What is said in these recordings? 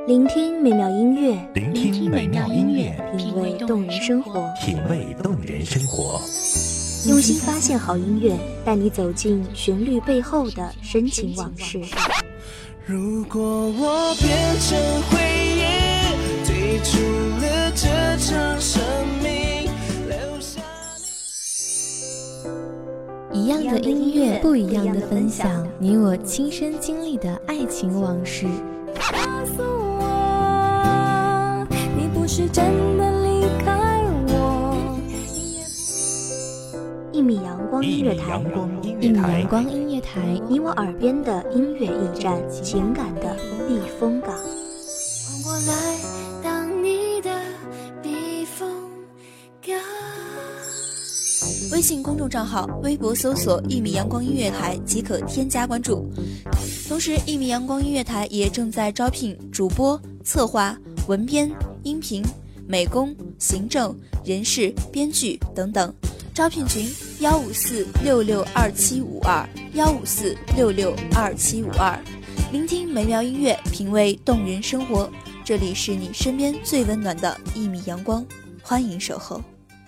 聆听美妙音乐， 聆听美妙音乐， 品味动人生活， 品味动人生活。 用心发现好音乐，带你走进旋律背后的深情往事。 如果我变成回忆，退出了这场生命，留下一样的音乐，不一样的分享，你我亲身经历的爱情往事。 告诉我，你不是真的离开我。 一米阳光音乐台， 一米阳光音乐台， 你我耳边的音乐驿站，情感的避风港。 我来当你的避风港。 微信公众账号、微博搜索“一米阳光音乐台”即可添加关注。同时，一米阳光音乐台也正在招聘主播、策划、文编、音频、美工、行政、人事、编剧等等。招聘群154662752，154662752。聆听美妙音乐，品味动人生活。这里是你身边最温暖的一米阳光，欢迎守候。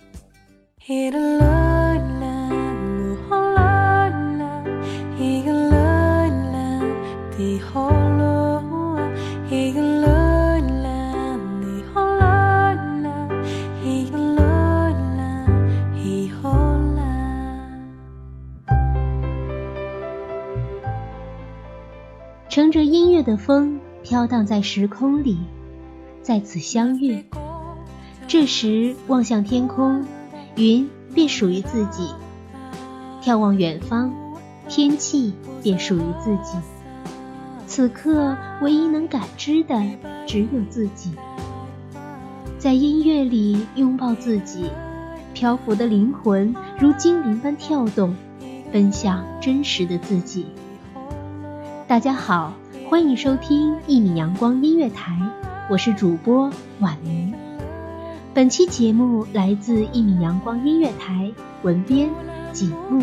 乘着音乐的风飘荡在时空里，在此相遇。这时望向天空，云便属于自己；眺望远方，天气便属于自己。此刻唯一能感知的只有自己。在音乐里拥抱自己，漂浮的灵魂如精灵般跳动，奔向真实的自己。大家好，欢迎收听一米阳光音乐台，我是主播婉玲。本期节目来自一米阳光音乐台，文编景木。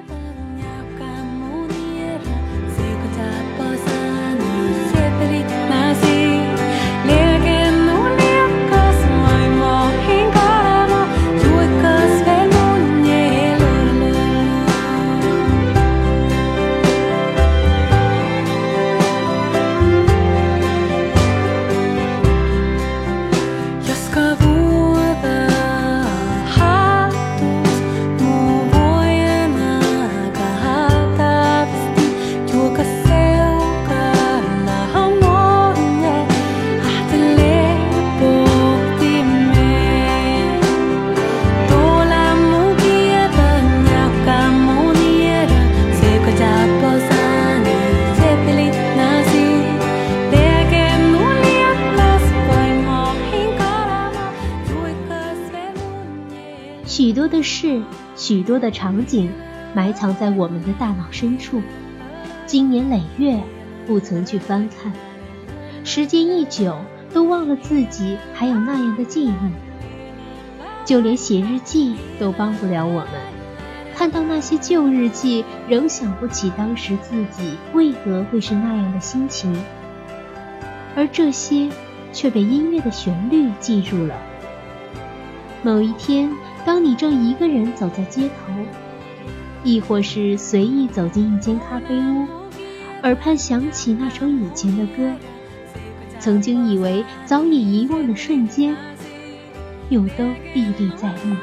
许多的事，许多的场景埋藏在我们的大脑深处，经年累月不曾去翻看，时间一久都忘了自己还有那样的记忆。就连写日记都帮不了我们，看到那些旧日记，仍想不起当时自己为何会是那样的心情，而这些却被音乐的旋律记住了。某一天，当你正一个人走在街头，亦或是随意走进一间咖啡屋，耳畔响起那首以前的歌，曾经以为早已遗忘的瞬间，又都历历在目。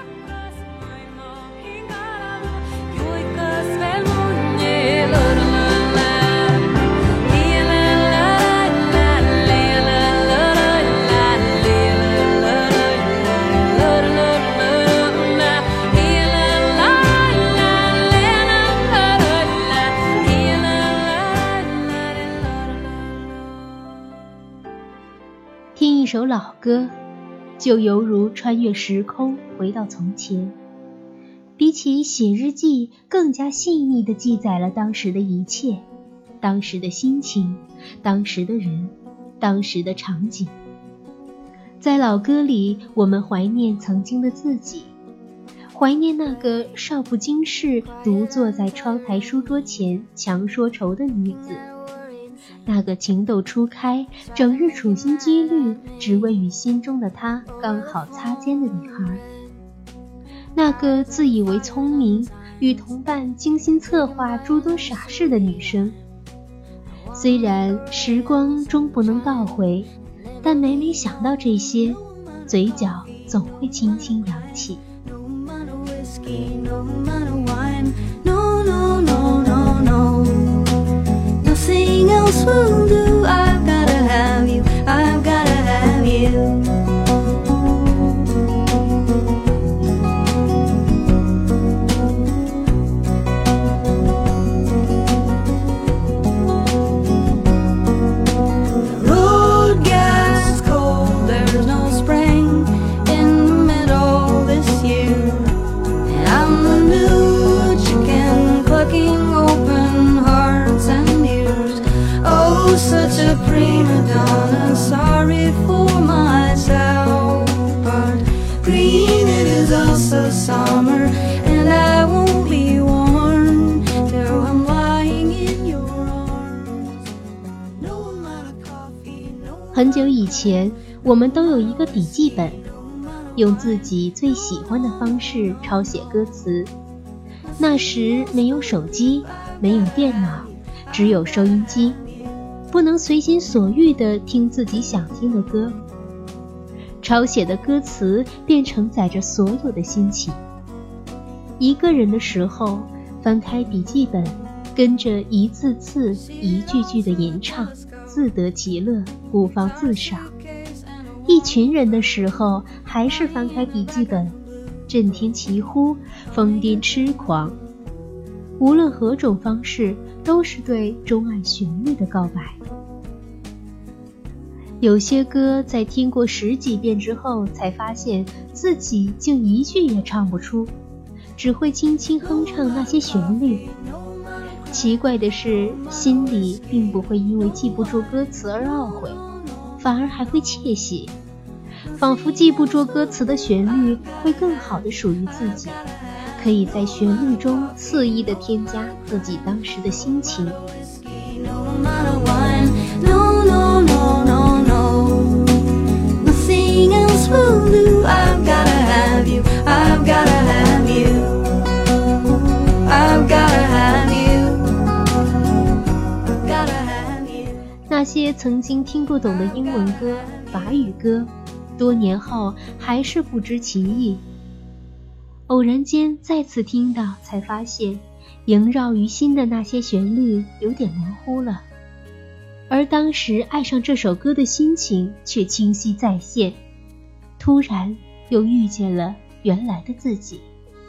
听一首老歌，就犹如穿越时空回到从前，比起写日记更加细腻地记载了当时的一切，当时的心情，当时的人，当时的场景。在老歌里，我们怀念曾经的自己，怀念那个少不经事独坐在窗台书桌前强说愁的女子， 那个情窦初开，整日处心积虑，只为与心中的他刚好擦肩的女孩，那个自以为聪明，与同伴精心策划诸多傻事的女生。虽然时光终不能倒回，但每每想到这些，嘴角总会轻轻扬起。 Nothing else will do. I've gotta have you. I've gotta have you. The road gets cold. There's no spring in the middle this year, and I'm the new chicken clucking open hearts and ears. Oh, such a prima donna, sorry for myself, but green it is also summer, and I won't be warm till I'm lying in your arms. No amount of coffee, no. 很久以前，我们都有一个笔记本，用自己最喜欢的方式抄写歌词。那时没有手机，没有电脑，只有收音机，不能随心所欲地听自己想听的歌。抄写的歌词便承载着所有的心情。一个人的时候，翻开笔记本，跟着一字字一句句的吟唱，自得其乐，不妨自赏。一群人的时候，还是翻开笔记本，震天齐呼，疯癫痴狂。无论何种方式，都是对钟爱旋律的告白。有些歌在听过10几遍之后，才发现自己竟一句也唱不出，只会轻轻哼唱那些旋律。奇怪的是，心里并不会因为记不住歌词而懊悔，反而还会窃喜，仿佛记不住歌词的旋律会更好的属于自己，可以在旋律中肆意地添加自己当时的心情。那些曾经听不懂的英文歌、法语歌，多年后还是不知其意。偶然间再次听到，才发现萦绕于心的那些旋律有点模糊了，而当时爱上这首歌的心情却清晰再现，突然又遇见了原来的自己。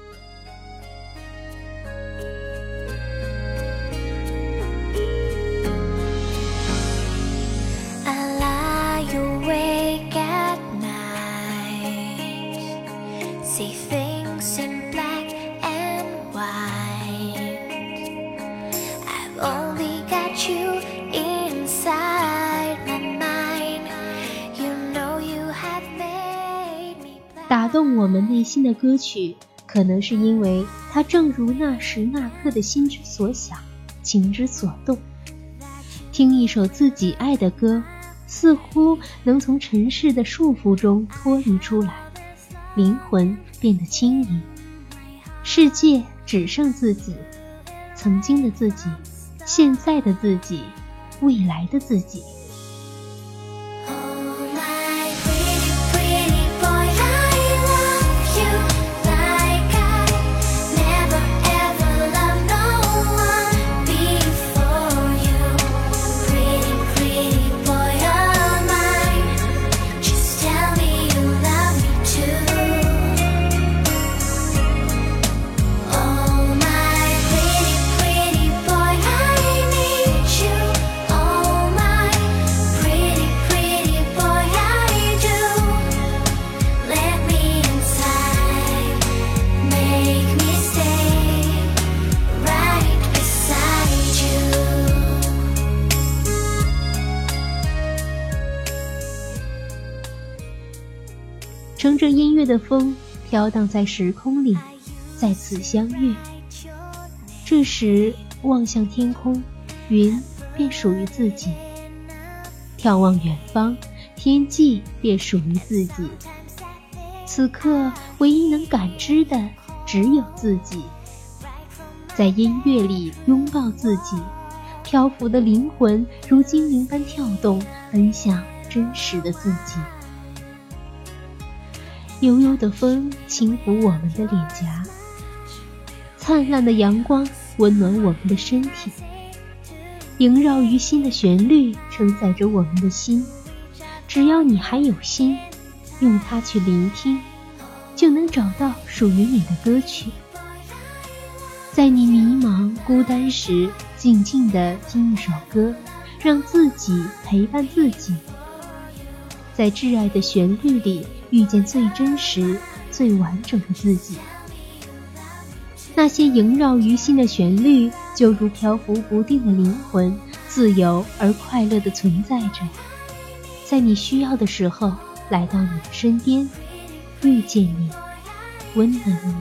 打动我们内心的歌曲，可能是因为它正如那时那刻的心之所想，情之所动。听一首自己爱的歌，似乎能从尘世的束缚中脱离出来，灵魂变得轻盈，世界只剩自己，曾经的自己，现在的自己，未来的自己。乘着音乐的风，飘荡在时空里，再次相遇。这时望向天空，云便属于自己， 眺望远方，天际便属于自己。此刻唯一能感知的只有自己，在音乐里拥抱自己，漂浮的灵魂如精灵般跳动，奔向真实的自己。悠悠的风轻抚我们的脸颊，灿烂的阳光温暖我们的身体，萦绕于心的旋律承载着我们的心。只要你还有心，用它去聆听，就能找到属于你的歌曲。在你迷茫孤单时，静静地听一首歌，让自己陪伴自己，在挚爱的旋律里遇见最真实最完整的自己。那些萦绕于心的旋律，就如漂浮不定的灵魂，自由而快乐地存在着，在你需要的时候来到你的身边，遇见你，温暖你。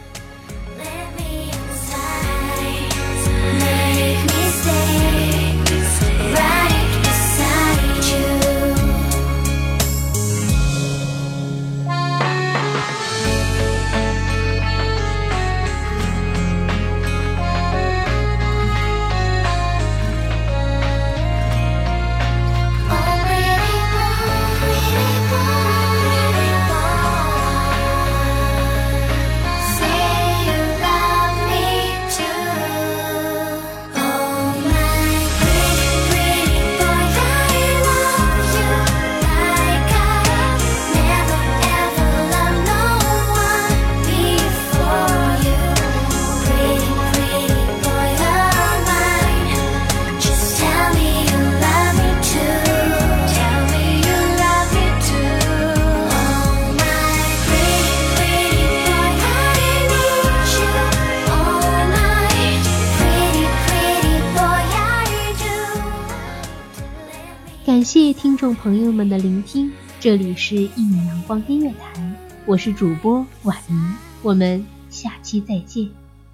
感谢听众朋友们的聆听，这里是一米阳光音乐台，我是主播婉莹，我们下期再见。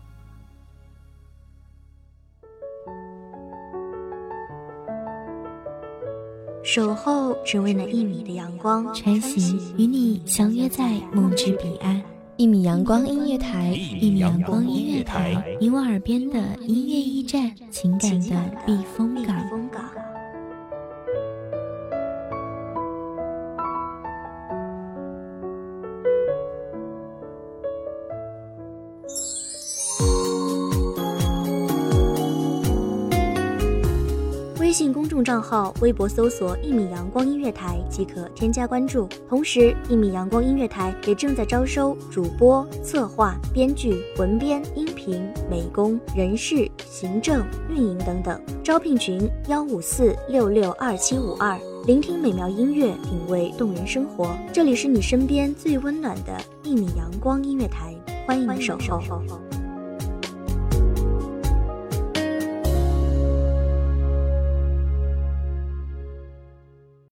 守候只为那1米的阳光， 穿行与你相约在梦之彼岸。一米阳光音乐台，一米阳光音乐台，你我耳边的音乐驿站，情感的避风港。 微信公众账号、微博搜索“一米阳光音乐台”即可添加关注。同时，一米阳光音乐台也正在招收主播、策划、编剧、文编、音频、美工、人事、行政、运营等等。招聘群154662752，聆听美妙音乐，品味动人生活。这里是你身边最温暖的一米阳光音乐台，欢迎你守候。